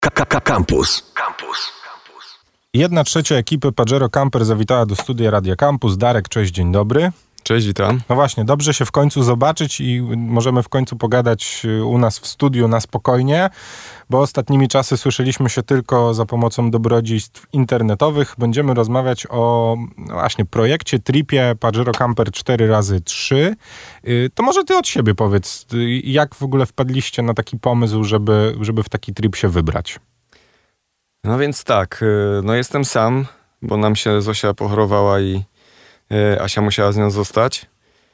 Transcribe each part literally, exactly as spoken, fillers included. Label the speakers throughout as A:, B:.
A: Campus. Campus.
B: Jedna trzecia ekipy Pajero Camper zawitała do studia Radia Campus. Darek, cześć, dzień dobry.
C: Cześć, witam.
B: No właśnie, dobrze się w końcu zobaczyć i możemy w końcu pogadać u nas w studiu na spokojnie, bo ostatnimi czasy słyszeliśmy się tylko za pomocą dobrodziejstw internetowych. Będziemy rozmawiać o no właśnie projekcie, tripie Pajero Camper cztery razy trzy. To może ty od siebie powiedz, jak w ogóle wpadliście na taki pomysł, żeby, żeby w taki trip się wybrać?
C: No więc tak, no jestem sam, bo nam się Zosia pochorowała i Asia musiała z nią zostać,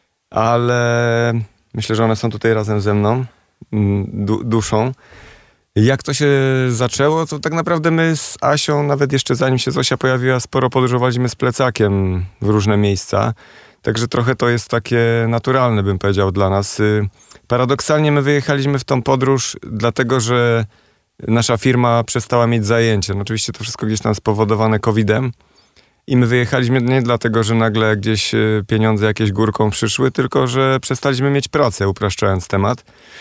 C: ale myślę, że one są tutaj razem ze mną, du- duszą. Jak to się zaczęło, to tak naprawdę my z Asią, nawet jeszcze zanim się Zosia pojawiła, sporo podróżowaliśmy z plecakiem w różne miejsca, także trochę to jest takie naturalne, bym powiedział, dla nas. Paradoksalnie my wyjechaliśmy w tą podróż dlatego, że nasza firma przestała mieć zajęcie. No oczywiście to wszystko gdzieś tam spowodowane kowidem. I my wyjechaliśmy nie dlatego, że nagle gdzieś pieniądze jakieś górką przyszły, tylko że przestaliśmy mieć pracę, upraszczając temat.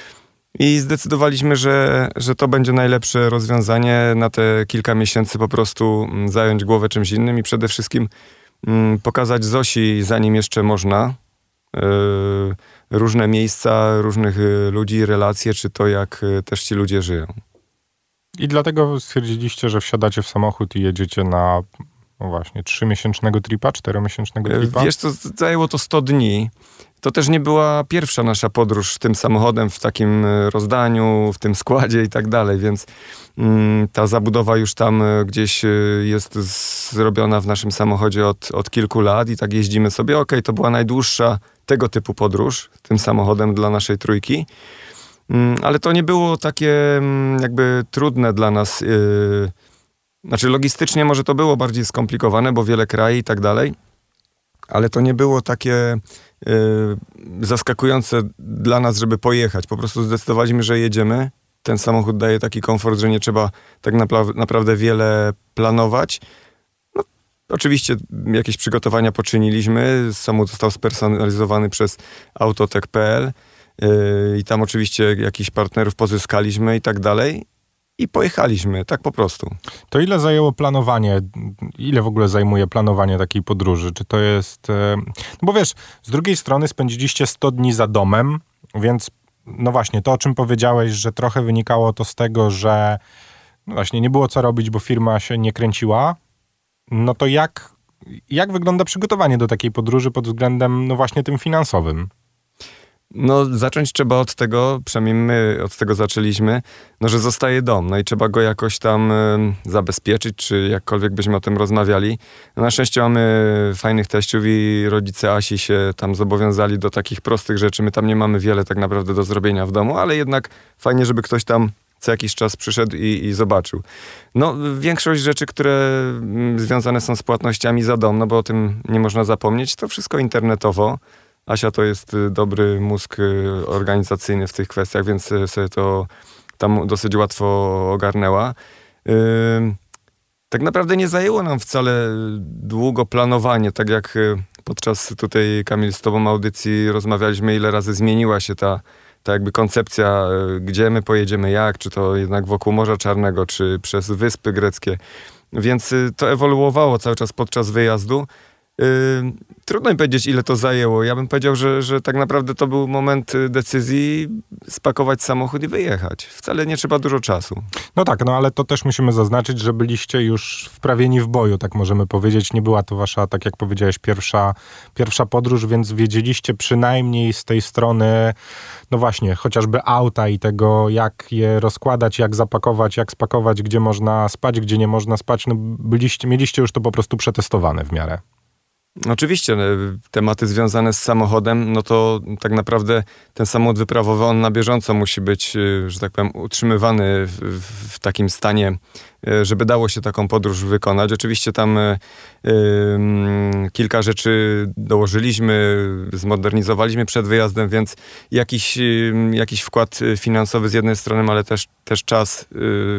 C: I zdecydowaliśmy, że, że to będzie najlepsze rozwiązanie na te kilka miesięcy, po prostu zająć głowę czymś innym i przede wszystkim mm, pokazać Zosi, zanim jeszcze można, yy, różne miejsca, różnych ludzi, relacje, czy to jak też ci ludzie żyją. I
B: dlatego stwierdziliście, że wsiadacie w samochód i jedziecie na... No właśnie, trzymiesięcznego tripa, czteromiesięcznego tripa?
C: Wiesz co, zajęło to sto dni. To też nie była pierwsza nasza podróż tym samochodem w takim rozdaniu, w tym składzie i tak dalej, więc mm, ta zabudowa już tam gdzieś jest zrobiona w naszym samochodzie od, od kilku lat i tak jeździmy sobie. Okej, okay, to była najdłuższa tego typu podróż tym samochodem dla naszej trójki, mm, ale to nie było takie mm, jakby trudne dla nas. Yy, Znaczy logistycznie może to było bardziej skomplikowane, bo wiele krajów i tak dalej, ale to nie było takie y, zaskakujące dla nas, żeby pojechać. Po prostu zdecydowaliśmy, że jedziemy. Ten samochód daje taki komfort, że nie trzeba tak napla- naprawdę wiele planować. No, oczywiście jakieś przygotowania poczyniliśmy. Samochód został spersonalizowany przez autotek kropka pe el y, i tam oczywiście jakichś partnerów pozyskaliśmy i tak dalej. I pojechaliśmy, tak po prostu.
B: To ile zajęło planowanie? Ile w ogóle zajmuje planowanie takiej podróży? Czy to jest... No bo wiesz, z drugiej strony spędziliście sto dni za domem, więc no właśnie, to o czym powiedziałeś, że trochę wynikało to z tego, że no właśnie nie było co robić, bo firma się nie kręciła. No to jak, jak wygląda przygotowanie do takiej podróży pod względem no właśnie tym finansowym?
C: No zacząć trzeba od tego, przynajmniej my od tego zaczęliśmy, no że zostaje dom, no i trzeba go jakoś tam y, zabezpieczyć, czy jakkolwiek byśmy o tym rozmawiali. No, na szczęście mamy fajnych teściów i rodzice Asi się tam zobowiązali do takich prostych rzeczy. My tam nie mamy wiele tak naprawdę do zrobienia w domu, ale jednak fajnie, żeby ktoś tam co jakiś czas przyszedł i, i zobaczył. No większość rzeczy, które y, związane są z płatnościami za dom, no bo o tym nie można zapomnieć, to wszystko internetowo. Asia to jest dobry mózg organizacyjny w tych kwestiach, więc sobie to tam dosyć łatwo ogarnęła. Yy, tak naprawdę nie zajęło nam wcale długo planowanie, tak jak podczas tutaj, Kamil, z tobą audycji rozmawialiśmy, ile razy zmieniła się ta, ta jakby koncepcja, gdzie my pojedziemy, jak, czy to jednak wokół Morza Czarnego, czy przez Wyspy Greckie. Więc to ewoluowało cały czas podczas wyjazdu. Yy, trudno mi powiedzieć, ile to zajęło. Ja bym powiedział, że, że tak naprawdę to był moment decyzji spakować samochód i wyjechać. Wcale nie trzeba dużo czasu.
B: No tak, no ale to też musimy zaznaczyć, że byliście już wprawieni w boju, tak możemy powiedzieć. Nie była to wasza, tak jak powiedziałeś, pierwsza, pierwsza podróż, więc wiedzieliście przynajmniej z tej strony, no właśnie, chociażby auta i tego, jak je rozkładać, jak zapakować, jak spakować, gdzie można spać, gdzie nie można spać. No byliście, mieliście już to po prostu przetestowane w miarę.
C: Oczywiście, tematy związane z samochodem, no to tak naprawdę ten samochód wyprawowy, on na bieżąco musi być, że tak powiem, utrzymywany w, w takim stanie, żeby dało się taką podróż wykonać. Oczywiście tam y, y, kilka rzeczy dołożyliśmy, zmodernizowaliśmy przed wyjazdem, więc jakiś, y, jakiś wkład finansowy z jednej strony, ale też, też czas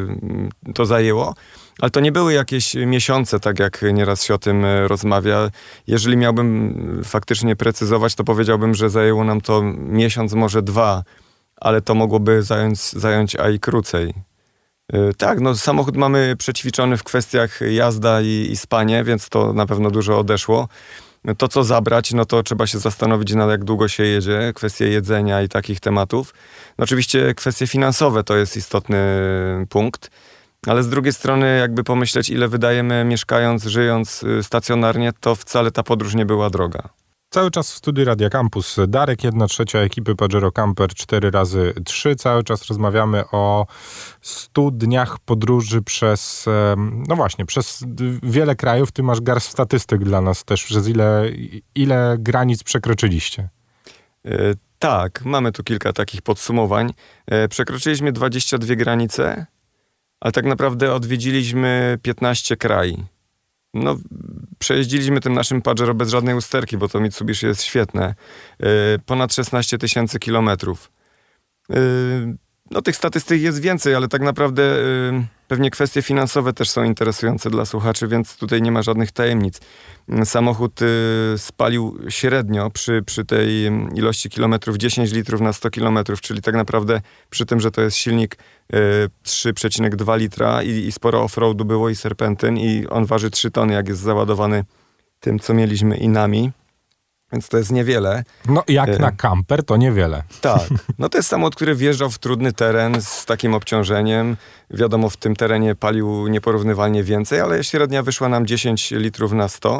C: y, to zajęło. Ale to nie były jakieś miesiące, tak jak nieraz się o tym rozmawia. Jeżeli miałbym faktycznie precyzować, to powiedziałbym, że zajęło nam to miesiąc, może dwa, ale to mogłoby zająć, zająć a i krócej. Yy, tak, no samochód mamy przećwiczony w kwestiach jazda i, i spanie, więc to na pewno dużo odeszło. To, co zabrać, no to trzeba się zastanowić, na jak długo się jedzie, kwestie jedzenia i takich tematów. No oczywiście kwestie finansowe to jest istotny punkt, ale z drugiej strony jakby pomyśleć, ile wydajemy mieszkając, żyjąc stacjonarnie, to wcale ta podróż nie była droga.
B: Cały czas w studiu Radia Campus Darek, jedna trzecia ekipy Pajero Camper cztery razy trzy. Cały czas rozmawiamy o stu dniach podróży przez, no właśnie, przez wiele krajów. Ty masz garść statystyk dla nas też, przez ile, ile granic przekroczyliście?
C: Yy, tak, mamy tu kilka takich podsumowań. Yy, przekroczyliśmy dwadzieścia dwie granice, ale tak naprawdę odwiedziliśmy piętnaście krajów. No, przejeździliśmy tym naszym Pajero bez żadnej usterki, bo to Mitsubishi jest świetne. Yy, ponad szesnaście tysięcy kilometrów. Yy, no, tych statystyk jest więcej, ale tak naprawdę yy, pewnie kwestie finansowe też są interesujące dla słuchaczy, więc tutaj nie ma żadnych tajemnic. Samochód yy, spalił średnio przy, przy tej ilości kilometrów dziesięć litrów na sto kilometrów, czyli tak naprawdę przy tym, że to jest silnik yy, trzy przecinek dwa litra i, i sporo offroadu było i serpentyn i on waży trzy tony, jak jest załadowany tym, co mieliśmy i nami. Więc to jest niewiele.
B: No jak na kamper to niewiele.
C: Tak. No to jest samochód, który wjeżdżał w trudny teren z takim obciążeniem. Wiadomo, w tym terenie palił nieporównywalnie więcej, ale średnia wyszła nam dziesięć litrów na sto.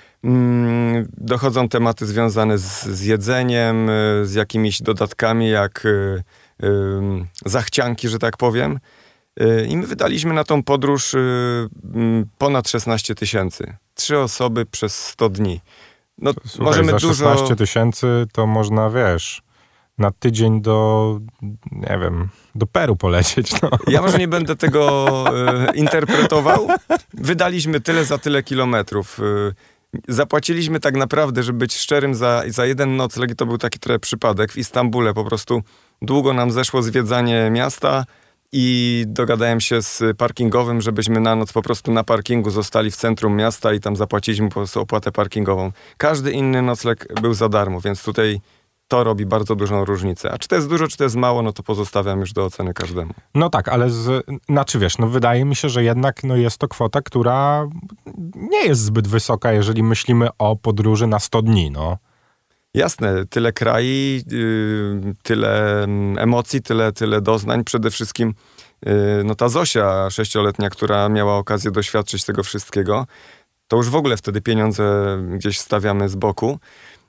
C: Mm, dochodzą tematy związane z, z jedzeniem, z jakimiś dodatkami, jak y, y, zachcianki, że tak powiem. Y, I my wydaliśmy na tą podróż y, y, ponad szesnaście tysięcy. Trzy osoby przez sto dni. No,
B: Słuchaj,
C: możemy
B: za
C: dużo...
B: szesnaście tysięcy to można, wiesz, na tydzień do, nie wiem, do Peru polecieć. No.
C: Ja może nie będę tego e, interpretował. Wydaliśmy tyle za tyle kilometrów. E, zapłaciliśmy tak naprawdę, żeby być szczerym, za, za jeden nocleg, i to był taki trochę przypadek, w Istambule po prostu długo nam zeszło zwiedzanie miasta i dogadałem się z parkingowym, żebyśmy na noc po prostu na parkingu zostali w centrum miasta i tam zapłaciliśmy po prostu opłatę parkingową. Każdy inny nocleg był za darmo, więc tutaj to robi bardzo dużą różnicę. A czy to jest dużo, czy to jest mało, no to pozostawiam już do oceny każdemu.
B: No tak, ale z, znaczy wiesz, no wydaje mi się, że jednak no jest to kwota, która nie jest zbyt wysoka, jeżeli myślimy o podróży na sto dni, no.
C: Jasne, tyle krajów, yy, tyle emocji, tyle, tyle doznań. Przede wszystkim yy, no ta Zosia sześcioletnia, która miała okazję doświadczyć tego wszystkiego, to już w ogóle wtedy pieniądze gdzieś stawiamy z boku.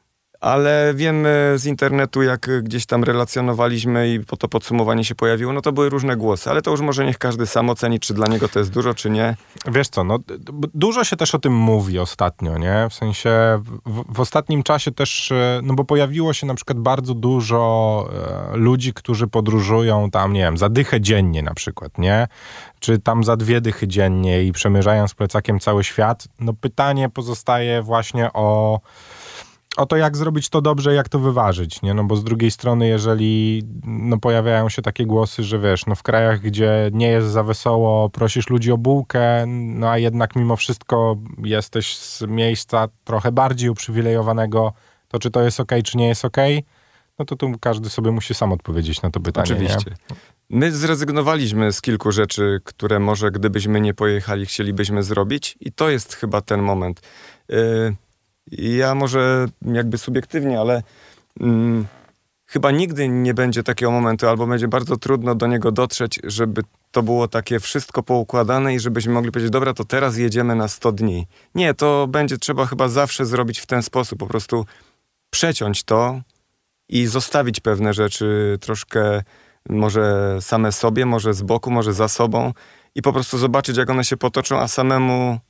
C: Ale wiemy z internetu, jak gdzieś tam relacjonowaliśmy i po to podsumowanie się pojawiło, no to były różne głosy, ale to już może niech każdy sam oceni, czy dla niego to jest dużo, czy nie.
B: Wiesz co, no dużo się też o tym mówi ostatnio, nie? W sensie w, w ostatnim czasie też, no bo pojawiło się na przykład bardzo dużo e, ludzi, którzy podróżują tam, nie wiem, za dychę dziennie na przykład, nie? Czy tam za dwie dychy dziennie i przemierzają z plecakiem cały świat. No pytanie pozostaje właśnie o o to, jak zrobić to dobrze, jak to wyważyć, nie? No bo z drugiej strony, jeżeli no, pojawiają się takie głosy, że wiesz, no w krajach, gdzie nie jest za wesoło, prosisz ludzi o bułkę, no a jednak mimo wszystko jesteś z miejsca trochę bardziej uprzywilejowanego, to czy to jest okej, czy nie jest okej? No to tu każdy sobie musi sam odpowiedzieć na to pytanie.
C: Oczywiście.
B: Nie?
C: My zrezygnowaliśmy z kilku rzeczy, które może gdybyśmy nie pojechali, chcielibyśmy zrobić i to jest chyba ten moment. Yy... Ja może jakby subiektywnie, ale mm, chyba nigdy nie będzie takiego momentu, albo będzie bardzo trudno do niego dotrzeć, żeby to było takie wszystko poukładane i żebyśmy mogli powiedzieć, dobra, to teraz jedziemy na sto dni. Nie, to będzie trzeba chyba zawsze zrobić w ten sposób, po prostu przeciąć to i zostawić pewne rzeczy troszkę może same sobie, może z boku, może za sobą i po prostu zobaczyć, jak one się potoczą, a samemu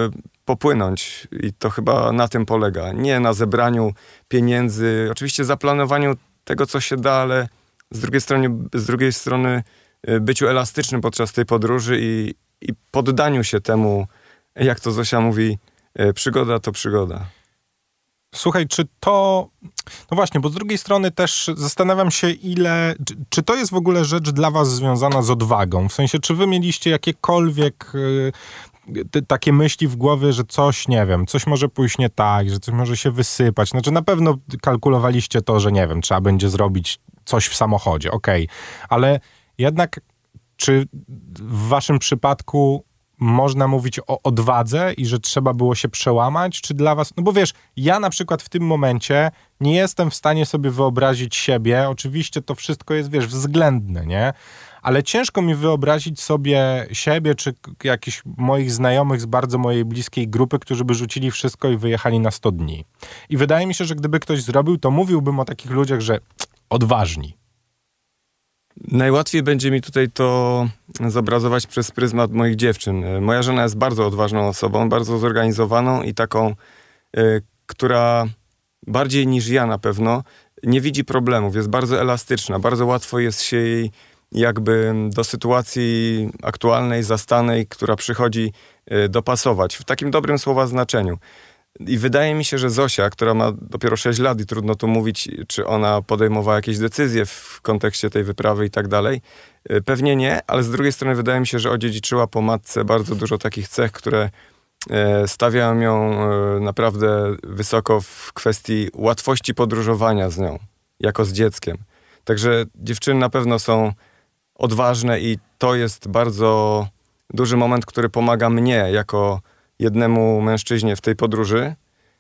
C: popłynąć i to chyba na tym polega. Nie na zebraniu pieniędzy, oczywiście zaplanowaniu tego, co się da, ale z drugiej strony, z drugiej strony byciu elastycznym podczas tej podróży i, i poddaniu się temu, jak to Zosia mówi, przygoda to przygoda.
B: Słuchaj, czy to... No właśnie, bo z drugiej strony też zastanawiam się, ile... Czy, czy to jest w ogóle rzecz dla was związana z odwagą? W sensie, czy wy mieliście jakiekolwiek... Yy, Te, takie myśli w głowie, że coś, nie wiem, coś może pójść nie tak, że coś może się wysypać. Znaczy na pewno kalkulowaliście to, że nie wiem, trzeba będzie zrobić coś w samochodzie, okej. Okay. Ale jednak czy w waszym przypadku można mówić o odwadze i że trzeba było się przełamać, czy dla was... No bo wiesz, ja na przykład w tym momencie nie jestem w stanie sobie wyobrazić siebie, oczywiście to wszystko jest, wiesz, względne, nie? Ale ciężko mi wyobrazić sobie siebie, czy jakichś moich znajomych z bardzo mojej bliskiej grupy, którzy by rzucili wszystko i wyjechali na sto dni. I wydaje mi się, że gdyby ktoś zrobił, to mówiłbym o takich ludziach, że odważni.
C: Najłatwiej będzie mi tutaj to zobrazować przez pryzmat moich dziewczyn. Moja żona jest bardzo odważną osobą, bardzo zorganizowaną i taką, y, która bardziej niż ja na pewno nie widzi problemów, jest bardzo elastyczna, bardzo łatwo jest się jej jakby do sytuacji aktualnej, zastanej, która przychodzi, y, dopasować w takim dobrym słowa znaczeniu. I wydaje mi się, że Zosia, która ma dopiero sześć lat i trudno tu mówić, czy ona podejmowała jakieś decyzje w kontekście tej wyprawy i tak dalej. Pewnie nie, ale z drugiej strony wydaje mi się, że odziedziczyła po matce bardzo dużo takich cech, które stawiają ją naprawdę wysoko w kwestii łatwości podróżowania z nią, jako z dzieckiem. Także dziewczyny na pewno są odważne i to jest bardzo duży moment, który pomaga mnie jako jednemu mężczyźnie w tej podróży.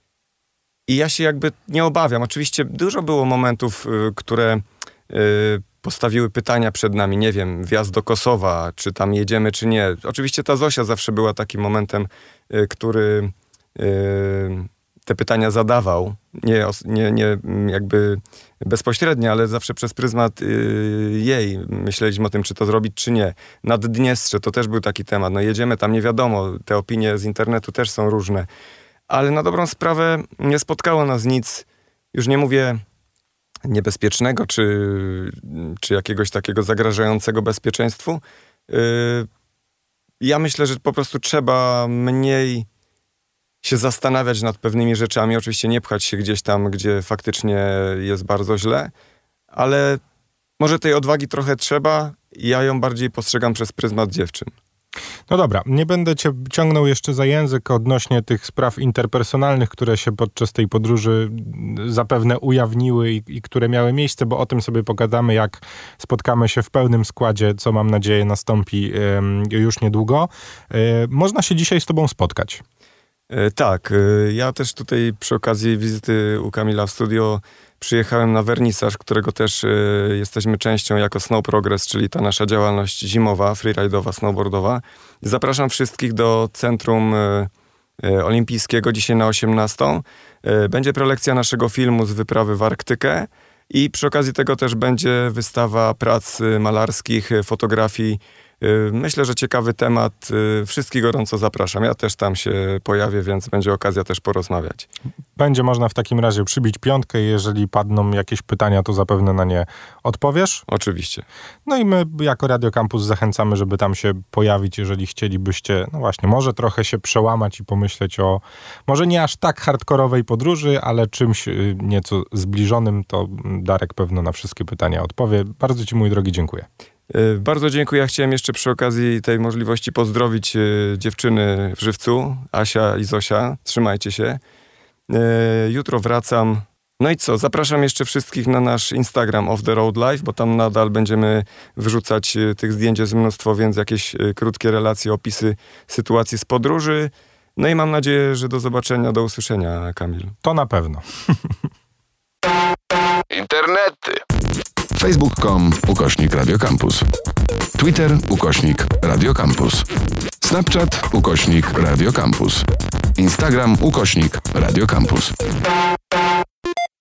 C: I ja się jakby nie obawiam. Oczywiście dużo było momentów, y, które y, postawiły pytania przed nami. Nie wiem, wjazd do Kosowa, czy tam jedziemy, czy nie. Oczywiście ta Zosia zawsze była takim momentem, y, który y, te pytania zadawał. Nie, nie, nie jakby bezpośrednio, ale zawsze przez pryzmat y, jej myśleliśmy o tym, czy to zrobić, czy nie. Naddniestrze to też był taki temat. No jedziemy tam, nie wiadomo. Te opinie z internetu też są różne. Ale na dobrą sprawę nie spotkało nas nic, już nie mówię niebezpiecznego, czy, czy jakiegoś takiego zagrażającego bezpieczeństwu. Yy, ja myślę, że po prostu trzeba mniej się zastanawiać nad pewnymi rzeczami. Oczywiście nie pchać się gdzieś tam, gdzie faktycznie jest bardzo źle, ale może tej odwagi trochę trzeba. Ja ją bardziej postrzegam przez pryzmat dziewczyn.
B: No dobra, nie będę cię ciągnął jeszcze za język odnośnie tych spraw interpersonalnych, które się podczas tej podróży zapewne ujawniły i, i które miały miejsce, bo o tym sobie pogadamy, jak spotkamy się w pełnym składzie, co mam nadzieję nastąpi y, już niedługo. Y, można się dzisiaj z tobą spotkać.
C: Tak, ja też tutaj przy okazji wizyty u Kamila w studio przyjechałem na wernisaż, którego też y, jesteśmy częścią jako Snow Progress, czyli ta nasza działalność zimowa, freeride'owa, snowboardowa. Zapraszam wszystkich do Centrum y, y, Olimpijskiego dzisiaj na osiemnastą. Y, będzie prelekcja naszego filmu z wyprawy w Arktykę i przy okazji tego też będzie wystawa prac malarskich, fotografii. Myślę, że ciekawy temat. Wszystkich gorąco zapraszam. Ja też tam się pojawię, więc będzie okazja też porozmawiać.
B: Będzie można w takim razie przybić piątkę. Jeżeli padną jakieś pytania, to zapewne na nie odpowiesz.
C: Oczywiście.
B: No i my jako Radio Campus zachęcamy, żeby tam się pojawić, jeżeli chcielibyście, no właśnie, może trochę się przełamać i pomyśleć o może nie aż tak hardkorowej podróży, ale czymś nieco zbliżonym, to Darek pewno na wszystkie pytania odpowie. Bardzo ci, mój drogi, dziękuję.
C: Bardzo dziękuję. Ja chciałem jeszcze przy okazji tej możliwości pozdrowić dziewczyny w Żywcu, Asia i Zosia. Trzymajcie się. Jutro wracam. No i co? Zapraszam jeszcze wszystkich na nasz Instagram Off the Road Live, bo tam nadal będziemy wyrzucać tych zdjęć jest mnóstwo, więc jakieś krótkie relacje, opisy sytuacji z podróży. No i mam nadzieję, że do zobaczenia, do usłyszenia, Kamil.
B: To na pewno.
A: Internety. facebook kropka com ukośnik Radio Campus. Twitter ukośnik Radio Campus. Snapchat ukośnik Radio Campus. Instagram ukośnik Radio Campus.